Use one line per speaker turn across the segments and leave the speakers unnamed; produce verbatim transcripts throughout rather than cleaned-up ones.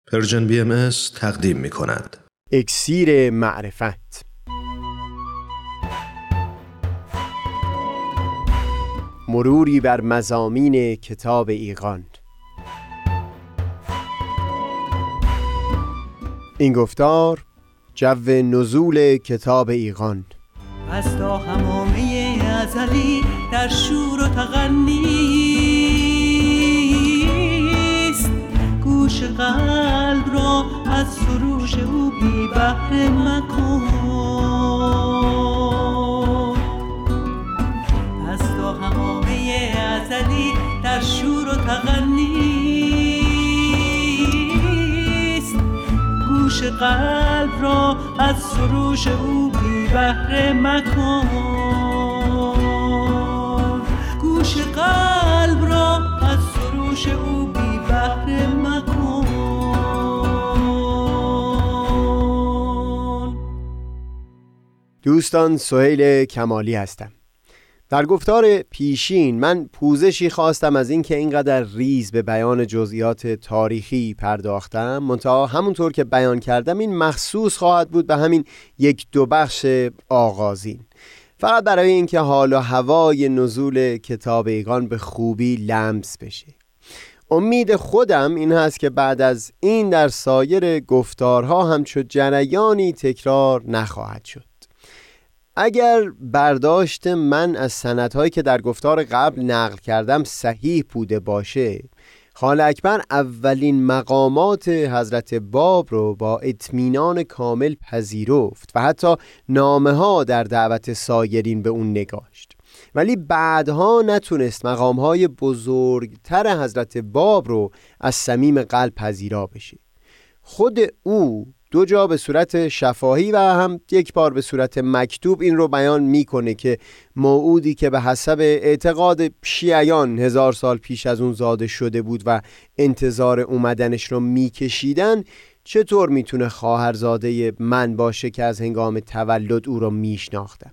پرژن بی ام اس تقدیم می کند.
اکسیر معرفت. مروری بر مضامین کتاب ایقان. این گفتار جو نزول کتاب ایقان.
از تا همامه ازلی در شور و تغنیست، گوش قلب را از سروش او بی بهره مکن. از تا همامه ازلی در شور و تغنیست، گوش قلب را از سروش او بی بهره مکن. گوش قلب را از سروش او بی بهره مکن.
دوستان، سهیل کمالی هستم. در گفتار پیشین من پوزشی خواستم از این که اینقدر ریز به بیان جزئیات تاریخی پرداختم، منتها همونطور که بیان کردم این مخصوص خواهد بود به همین یک دو بخش آغازین، فقط برای اینکه حال و هوای نزول کتاب ایقان به خوبی لمس بشه. امید خودم این هست که بعد از این در سایر گفتارها همچو جریانی تکرار نخواهد شد. اگر برداشت من از سندهایی که در گفتار قبل نقل کردم صحیح بوده باشه، خالق اکبر اولین مقامات حضرت باب رو با اطمینان کامل پذیرفت و حتی نامه ها در دعوت سایرین به اون نگاشت، ولی بعدها نتونست مقامهای بزرگتر حضرت باب رو از صمیم قلب پذیرا بشه. خود او دو جا به صورت شفاهی و هم یک بار به صورت مکتوب این رو بیان میکنه که موعودی که به حسب اعتقاد شیعیان هزار سال پیش از اون زاده شده بود و انتظار اومدنش رو میکشیدن، چطور میتونه خواهرزاده من باشه که از هنگام تولد او رو میشناختم.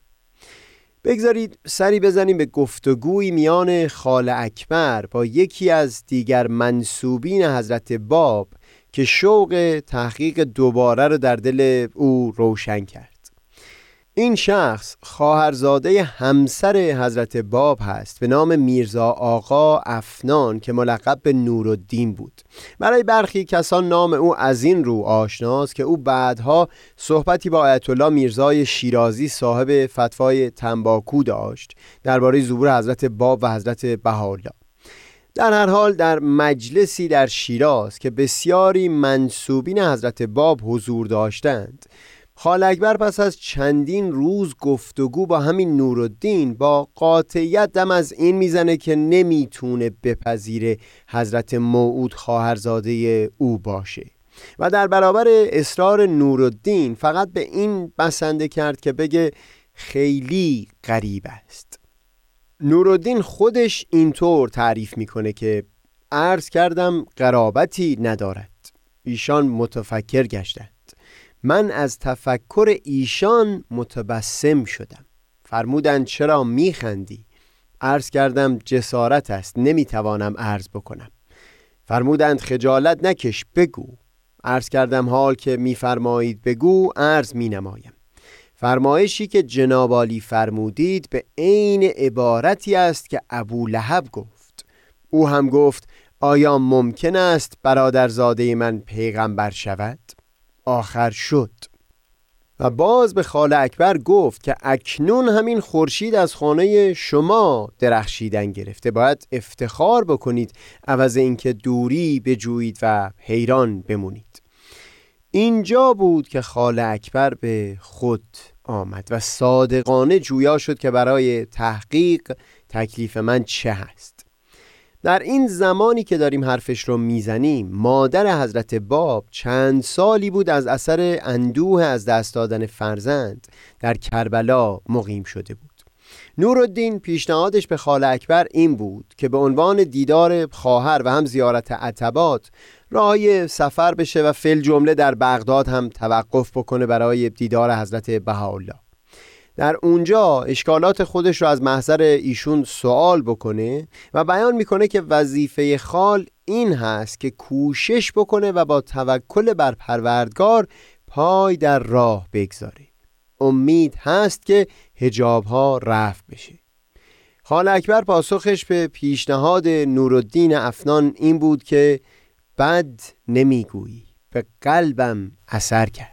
بگذارید سری بزنیم به گفتگوی میان خالق اکبر با یکی از دیگر منسوبین حضرت باب که شوق تحقیق دوباره رو در دل او روشن کرد. این شخص خواهرزاده همسر حضرت باب هست به نام میرزا آقا افنان که ملقب به نورالدین بود. برای برخی کسان نام او از این رو آشناست که او بعدها صحبتی با آیت الله میرزای شیرازی صاحب فتوای تنباکو داشت درباره ظهور حضرت باب و حضرت بهاءالله. در هر حال در مجلسی در شیراز که بسیاری منسوبین حضرت باب حضور داشتند، خالق اکبر پس از چندین روز گفتگو با همین نورالدین با قاطعیت دم از این میزنه که نمیتونه بپذیره حضرت موعود خواهرزاده او باشه و در برابر اصرار نورالدین فقط به این بسنده کرد که بگه خیلی غریب است. نورالدین خودش اینطور تعریف میکنه که عرض کردم قرابتی ندارد. ایشان متفکر گشتند، من از تفکر ایشان متبسم شدم. فرمودند چرا میخندی؟ عرض کردم جسارت است، نمیتوانم عرض بکنم. فرمودند خجالت نکش، بگو. عرض کردم حال که میفرمایید بگو عرض مینمایم. فرمایشی که جناب عالی فرمودید به عین عبارتی است که ابولهب گفت. او هم گفت آیا ممکن است برادرزاده من پیغمبر شود؟ آخر شد. و باز به خالق اکبر گفت که اکنون همین خورشید از خانه شما درخشیدن گرفته، باید افتخار بکنید عوض اینکه دوری بجویید و حیران بمونید. اینجا بود که خالق اکبر به خود آمد و صادقانه جویا شد که برای تحقیق تکلیف من چه هست. در این زمانی که داریم حرفش رو میزنیم، مادر حضرت باب چند سالی بود از اثر اندوه از دست دادن فرزند در کربلا مقیم شده بود. نورالدین پیشنهادش به خالق اکبر این بود که به عنوان دیدار خواهر و هم زیارت عتبات راهی سفر بشه و فی الجمله در بغداد هم توقف بکنه برای دیدار حضرت بهاءالله. در اونجا اشکالات خودش رو از محضر ایشون سوال بکنه و بیان میکنه که وظیفه خال این هست که کوشش بکنه و با توکل بر پروردگار پای در راه بگذاره. امید هست که حجاب‌ها رفع بشه. خال اکبر پاسخش به پیشنهاد نورالدین افنان این بود که بد نمیگویی، به قلبم اثر کرد.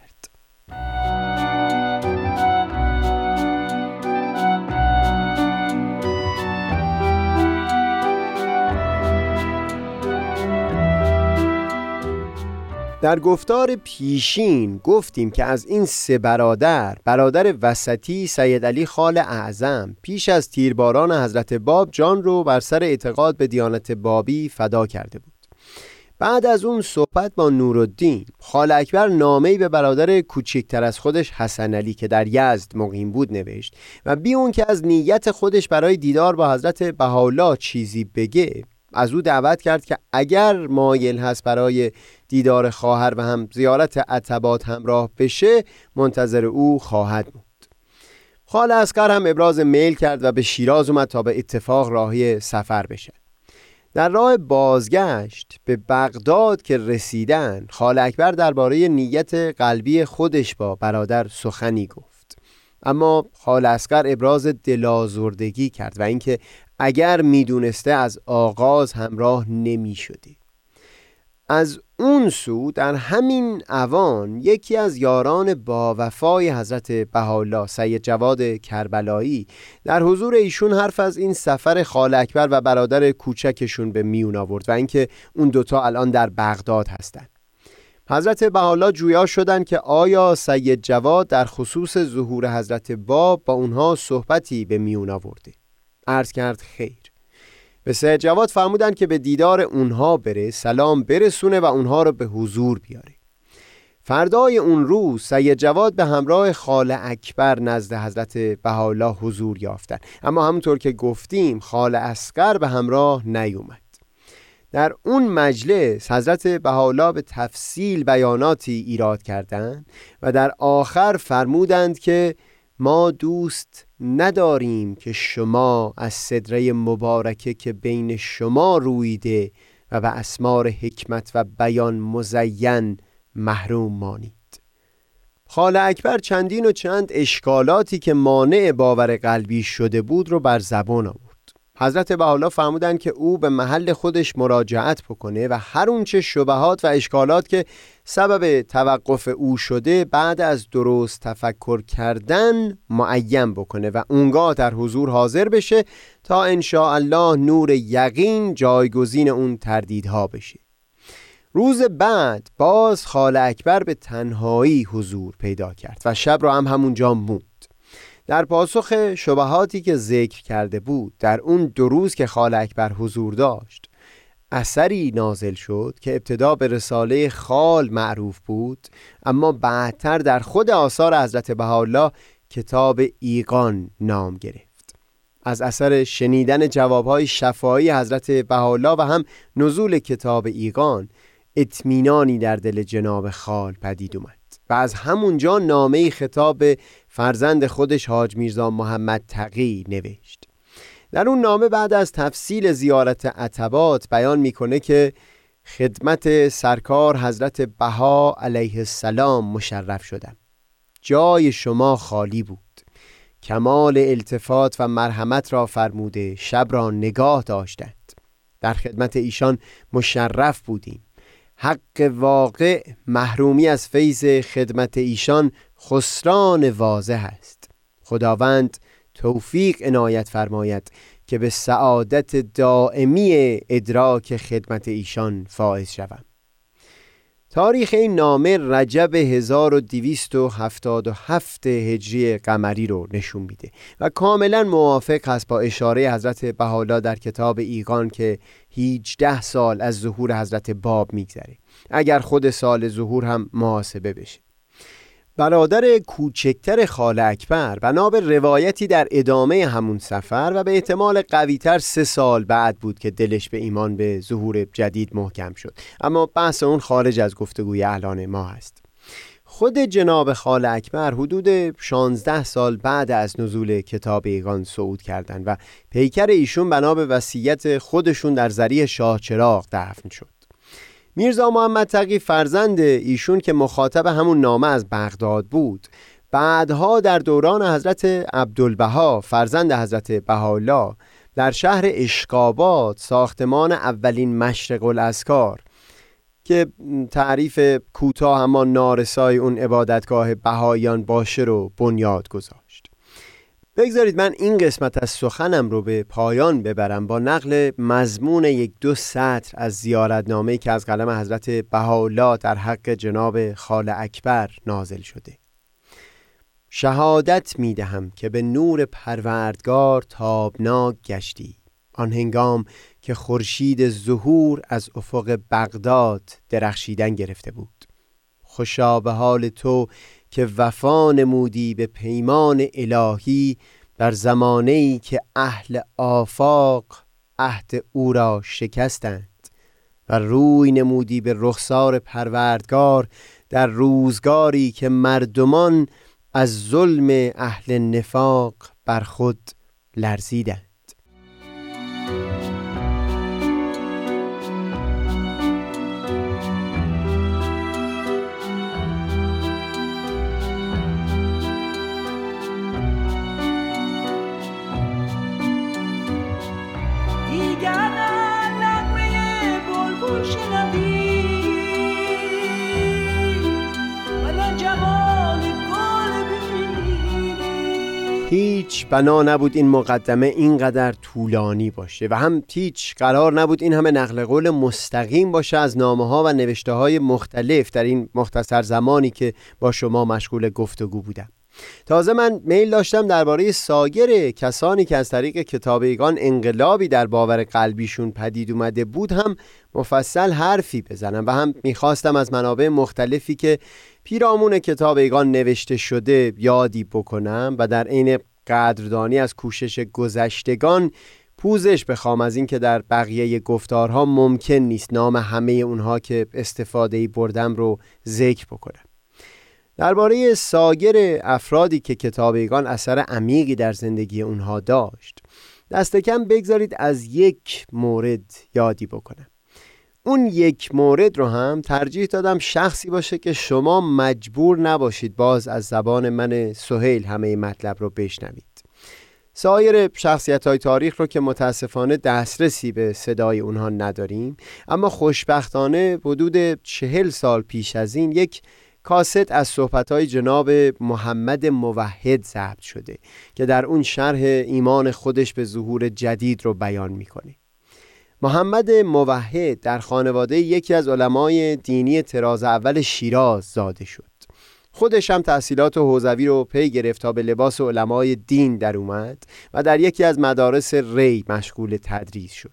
در گفتار پیشین گفتیم که از این سه برادر، برادر وسطی سید علی خال اعظم پیش از تیرباران حضرت باب جان رو بر سر اعتقاد به دیانت بابی فدا کرده بود. بعد از اون صحبت با نورالدین، خال اکبر نامه‌ای به برادر کوچکتر از خودش حسن علی که در یزد مقیم بود نوشت و بی اون که از نیت خودش برای دیدار با حضرت بهاءالله چیزی بگه، از او دعوت کرد که اگر مایل هست برای دیدار خواهر و هم زیارت عتبات همراه بشه منتظر او خواهد بود. خال اصغر هم ابراز میل کرد و به شیراز اومد تا به اتفاق راهی سفر بشه. در راه بازگشت به بغداد که رسیدن، خال اکبر درباره نیت قلبی خودش با برادر سخنی گفت، اما خال اصغر ابراز دلازردگی کرد و اینکه اگر میدونسته از آغاز همراه نمی شده. از اون سو در همین اوان یکی از یاران با وفای حضرت بهاءالله سید جواد کربلایی در حضور ایشون حرف از این سفر خال اکبر و برادر کوچکشون به میون آورد و اینکه اون دوتا الان در بغداد هستند. حضرت بهاءالله جویا شدند که آیا سید جواد در خصوص ظهور حضرت باب با اونها صحبتی به میون آورده؟ عرض کرد خیر. به سید جواد فرمودند که به دیدار اونها بره، سلام برسونه و اونها رو به حضور بیاره. فردای اون روز سید جواد به همراه خال اکبر نزد حضرت بهاءالله حضور یافتند، اما همونطور که گفتیم خال اصغر به همراه نیومد. در اون مجلس حضرت بهاءالله به تفصیل بیاناتی ایراد کردند و در آخر فرمودند که ما دوست نداریم که شما از صدره مبارکه که بین شما رویده و به اسمار حکمت و بیان مزین محروم مانید. خال اکبر چندین و چند اشکالاتی که مانع باور قلبی شده بود رو بر زبان آورد. حضرت بهاءالله فرمودند که او به محل خودش مراجعت بکنه و هر اونچه شبهات و اشکالات که سبب توقف او شده بعد از درست تفکر کردن معین بکنه و اونگاه در حضور حاضر بشه تا انشاءالله نور یقین جایگزین اون تردیدها بشه. روز بعد باز خال اکبر به تنهایی حضور پیدا کرد و شب را هم همونجا موند. در پاسخ شبهاتی که ذکر کرده بود در اون دو روز که خال اکبر حضور داشت اثری نازل شد که ابتدا به رساله خال معروف بود، اما بعدتر در خود آثار حضرت بهاءالله کتاب ایقان نام گرفت. از اثر شنیدن جوابهای شفاهی حضرت بهاءالله و هم نزول کتاب ایقان اطمینانی در دل جناب خال پدید اومد و از همونجا نامه خطاب فرزند خودش حاج میرزا محمد تقی نوشت. در اون نامه بعد از تفصیل زیارت عتبات بیان میکنه که خدمت سرکار حضرت بها علیه السلام مشرف شدم. جای شما خالی بود. کمال التفات و مرحمت را فرموده شب را نگاه داشتند. در خدمت ایشان مشرف بودیم. حق واقع محرومی از فیض خدمت ایشان خسران واضح است. خداوند توفیق عنایت فرماید که به سعادت دائمی ادراک خدمت ایشان فائز شوم. تاریخ این نامه رجب هزار و دویست و هفتاد و هفت هجری قمری رو نشون میده و کاملا موافق هست با اشاره حضرت بهاءالله در کتاب ایقان که هجده سال از ظهور حضرت باب میگذره، اگر خود سال ظهور هم محاسبه بشه. برادر کوچکتر خال اکبر بنا به روایتی در ادامه همون سفر و به احتمال قویتر سه سال بعد بود که دلش به ایمان به ظهور جدید محکم شد، اما بحث اون خارج از گفتگوی الان ما هست. خود جناب خال اکبر حدود شانزده سال بعد از نزول کتاب ایقان صعود کردند و پیکر ایشون بنا به وصیت خودشون در ضریح شاه چراغ دفن شد. میرزا محمد تقی فرزند ایشون که مخاطب همون نامه از بغداد بود، بعدها در دوران حضرت عبدالبها فرزند حضرت بهاءالله در شهر اشقاباد ساختمان اولین مشرق الاسکار که تعریف کوتاه اما نارسای اون عبادتگاه بهاییان باشه رو بنیاد گذاشت. بگذارید من این قسمت از سخنم رو به پایان ببرم با نقل مضمون یک دو سطر از زیارتنامه‌ای که از قلم حضرت بهاءالله در حق جناب خال اکبر نازل شده. شهادت می دهم که به نور پروردگار تابناک گشتی، آن هنگام که خورشید ظهور از افق بغداد درخشیدن گرفته بود. خوشا به حال تو که وفا نمودی به پیمان الهی در زمانه‌ای که اهل آفاق عهد او را شکستند و روی نمودی به رخسار پروردگار در روزگاری که مردمان از ظلم اهل نفاق بر خود لرزیدند. هیچ بنا نبود این مقدمه اینقدر طولانی باشه و هم هیچ قرار نبود این همه نقل قول مستقیم باشه از نامه‌ها و نوشته‌های مختلف در این مختصر زمانی که با شما مشغول گفتگو بودم. تازه من میل داشتم درباره سایر کسانی که از طریق کتاب ایقان انقلابی در باور قلبیشون پدید اومده بود هم مفصل حرفی بزنم و هم میخواستم از منابع مختلفی که پیرامون کتاب ایقان نوشته شده یادی بکنم و در عین قدردانی از کوشش گذشتگان پوزش بخوام از این که در بقیه گفتارها ممکن نیست نام همه اونها که استفاده‌ای بردم رو ذکر بکنم. درباره سایر افرادی که کتاب ایقان اثر عمیقی در زندگی اونها داشت دست کم بگذارید از یک مورد یادی بکنم. اون یک مورد رو هم ترجیح دادم شخصی باشه که شما مجبور نباشید باز از زبان من سهیل همه مطلب رو بشنوید. سایر شخصیت‌های تاریخ رو که متاسفانه دسترسی به صدای اونها نداریم، اما خوشبختانه حدود چهل سال پیش از این یک کاست از صحبت‌های جناب محمد موحد ضبط شده که در اون شرح ایمان خودش به ظهور جدید رو بیان می‌کنه. محمد موحد در خانواده یکی از علمای دینی طراز اول شیراز زاده شد. خودش هم تحصیلات حوزوی رو پی گرفت تا به لباس علمای دین در اومد و در یکی از مدارس ری مشغول تدریس شد.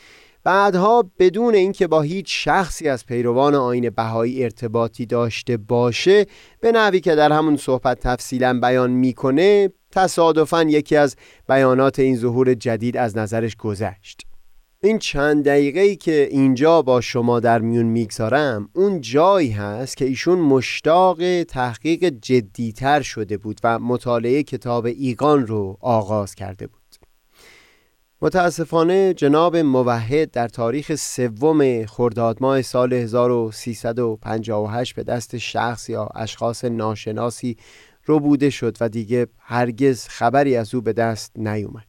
بعدها بدون اینکه با هیچ شخصی از پیروان آیین بهایی ارتباطی داشته باشه، به نحوی که در همون صحبت تفصیلا بیان میکنه، تصادفاً یکی از بیانات این ظهور جدید از نظرش گذشت. این چند دقیقه‌ای که اینجا با شما در میون میگذارم اون جایی هست که ایشون مشتاق تحقیق جدیتر شده بود و مطالعه کتاب ایقان رو آغاز کرده بود. متاسفانه جناب موحد در تاریخ سوم خرداد ماه سال هزار و سیصد و پنجاه و هشت به دست شخص یا اشخاص ناشناسی ربوده شد و دیگه هرگز خبری از او به دست نیومد.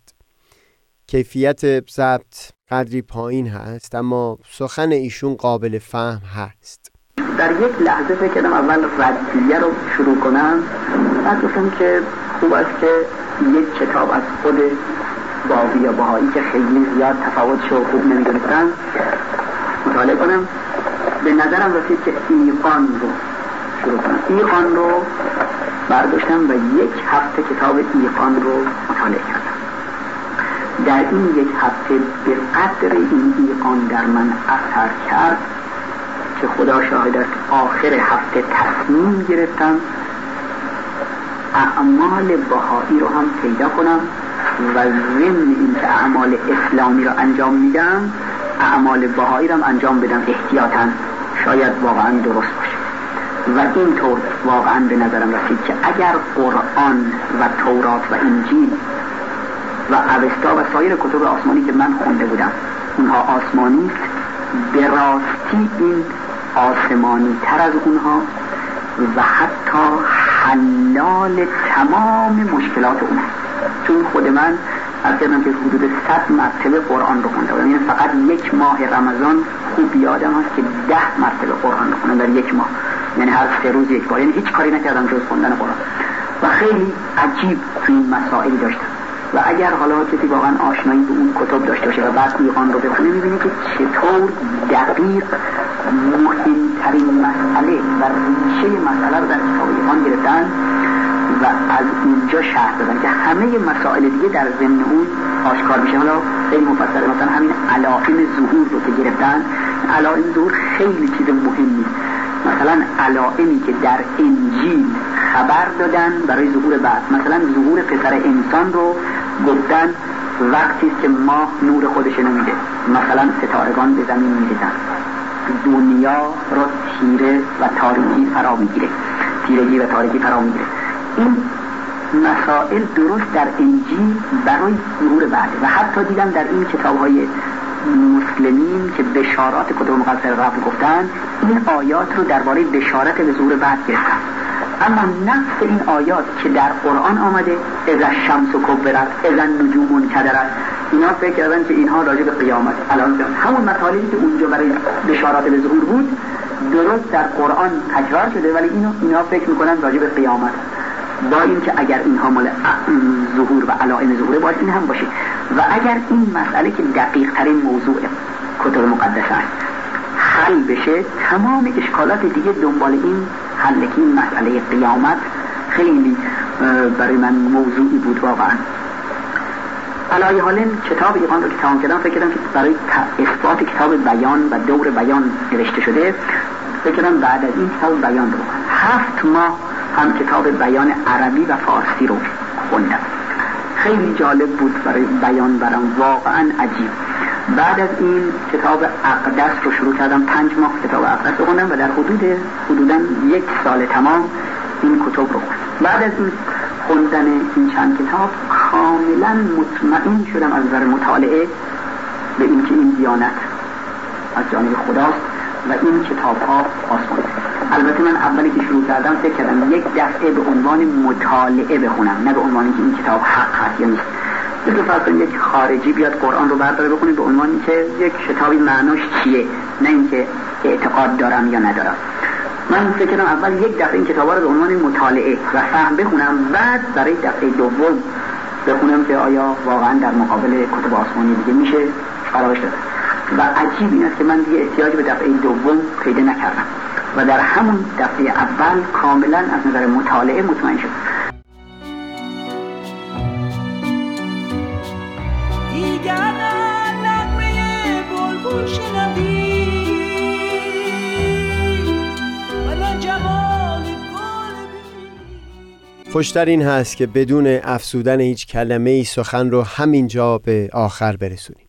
کیفیت ضبط قدری پایین هست اما سخن ایشون قابل فهم هست.
در یک لحظه فکر کردم اول ردیه رو شروع کنم، بعد گفتم که خوب است که یک کتاب از خود بابی یا بهایی که خیلی زیاد تفاوتش رو خوب نمیدونستم مطالعه کنم. به نظرم رسید که ایقان رو شروع کنم. ایقان رو برداشتم و یک هفته کتاب ایقان رو مطالعه کردم. در این یک هفته به قدر این ایقان در من اثر کرد که خدا شاهد است آخر هفته تصمیم گرفتم اعمال بهایی رو هم پیدا کنم و ضمن این که اعمال اسلامی رو انجام میدم اعمال بهایی رو هم انجام بدم احتیاطاً، شاید واقعاً درست باشه. و اینطور واقعا به نظرم رسید که اگر قرآن و تورات و انجیل و اوستا و سایر کتب آسمانی که من خونده بودم اونها آسمانی است، به راستی این آسمانی تر از اونها و حتی حلال تمام مشکلات اونها. چون خود من از کردم که حدود صد مرتبه قرآن رو خونده بودم، یعنی فقط یک ماه رمضان خوب یادم هست که ده مرتبه قرآن رو خوندم در یک ماه، یعنی هر سه روز یک بار، یعنی هیچ کاری نکردم جز خوندن قرآن و خیلی عجیب تو این مسائل داشتم. و اگر حالا کسی واقعا آشنایی به اون کتب داشته باشه و بعد ایقان رو بخونه میبینه که چطور دقیق مهمترین مسئله و ریشه مسئله رو در کتاب ایقان گرفتن و از اونجا شرح دادن که همه مسائل دیگه در ضمن اون آشکار میشه. حالا خیلی مفصله، مثلا همین علائم ظهور رو که گرفتن، علائم ظهور خیلی چیز مهمی، مثلا علائمی که در انجیل خبر دادن برای ظهور بعد، مثلا ظهور پسر انسان رو گفتن وقتی که ماه نور خودش نمیده، مثلا ستارگان به زمین میریزن، دنیا رو تیره و تاریکی فرا میگیره، تیرگی و تاریکی فرا میگیره. این مسائل درست در انجیل برای ظهور بعد و حتی دیدم در این کتاب‌های مسلمین که بشارات کتب مقدسه قبل گفتن این آیات رو درباره بشارت به ظهور بعد گرفتن. اما نفس این آیات که در قرآن آمده اذا الشمس کورت اذا النجوم انکدرت، اینا فکر کردن که اینها راجع به قیامت، الان همون مطالبی که اونجا برای بشارات به ظهور بود درست در قرآن تکرار شده، ولی اینو اینا فکر میکنن راجع به قیامت، با این که اگر اینها مال ظهور و علائم ظهور باید این هم باشه. و اگر این مسئله که دقیق ترین موضوع کتب مقدسه است حل بشه، تمام اشکالات دیگه دنبال این حل که این مسئله قیامت خیلی برای من موضوعی بود واقعا. علایه حال کتاب ایقان رو که تمام کردم فکر کردم که برای اثبات کتاب بیان و دور بیان نوشته شده، فکر کردم بعد از این کتاب بیان رو هفت ماه هم کتاب بیان عربی و فارسی رو خوندم. خیلی جالب بود برای بیان برام، واقعا عجیب. بعد از این کتاب اقدس رو شروع کردم، پنج ماه کتاب اقدس رو خوندم و در حدود حدوداً یک سال تمام این کتب رو خوندم. بعد از این خوندن این چند کتاب کاملا مطمئن شدم از نظر مطالعه به اینکه این دیانت از جانب خداست و این کتاب ها آسمانی. البته من اولی که شروع کردم فکر کردم یک دفعه به عنوان مطالعه بخونم، نه به عنوان که این کتاب حق هست یا نیست. مثل فرض یک خارجی بیاد قرآن رو برداره بخونه به عنوان که یک کتابی معناش چیه، نه اینکه اعتقاد دارم یا ندارم. من فکر کردم اول یک دفعه این کتابا رو به عنوان مطالعه و فهم بخونم، بعد برای دفعه دوم بخونم که آیا واقعا در مقابل کتب آسمانی دیگه میشه قرارش داد. و عجیب این است که من دیگه احتیاج به دفعه دوم پیدا نکردم و در همون دفعه اول کاملا از نظر مطالعه مطمئن شدم.
دیگر نغمه بلبل شنوی و نه جمال گل ببینی.
خوشتر این هست که بدون افزودن هیچ کلمه‌ای سخن رو همینجا به آخر برسونیم.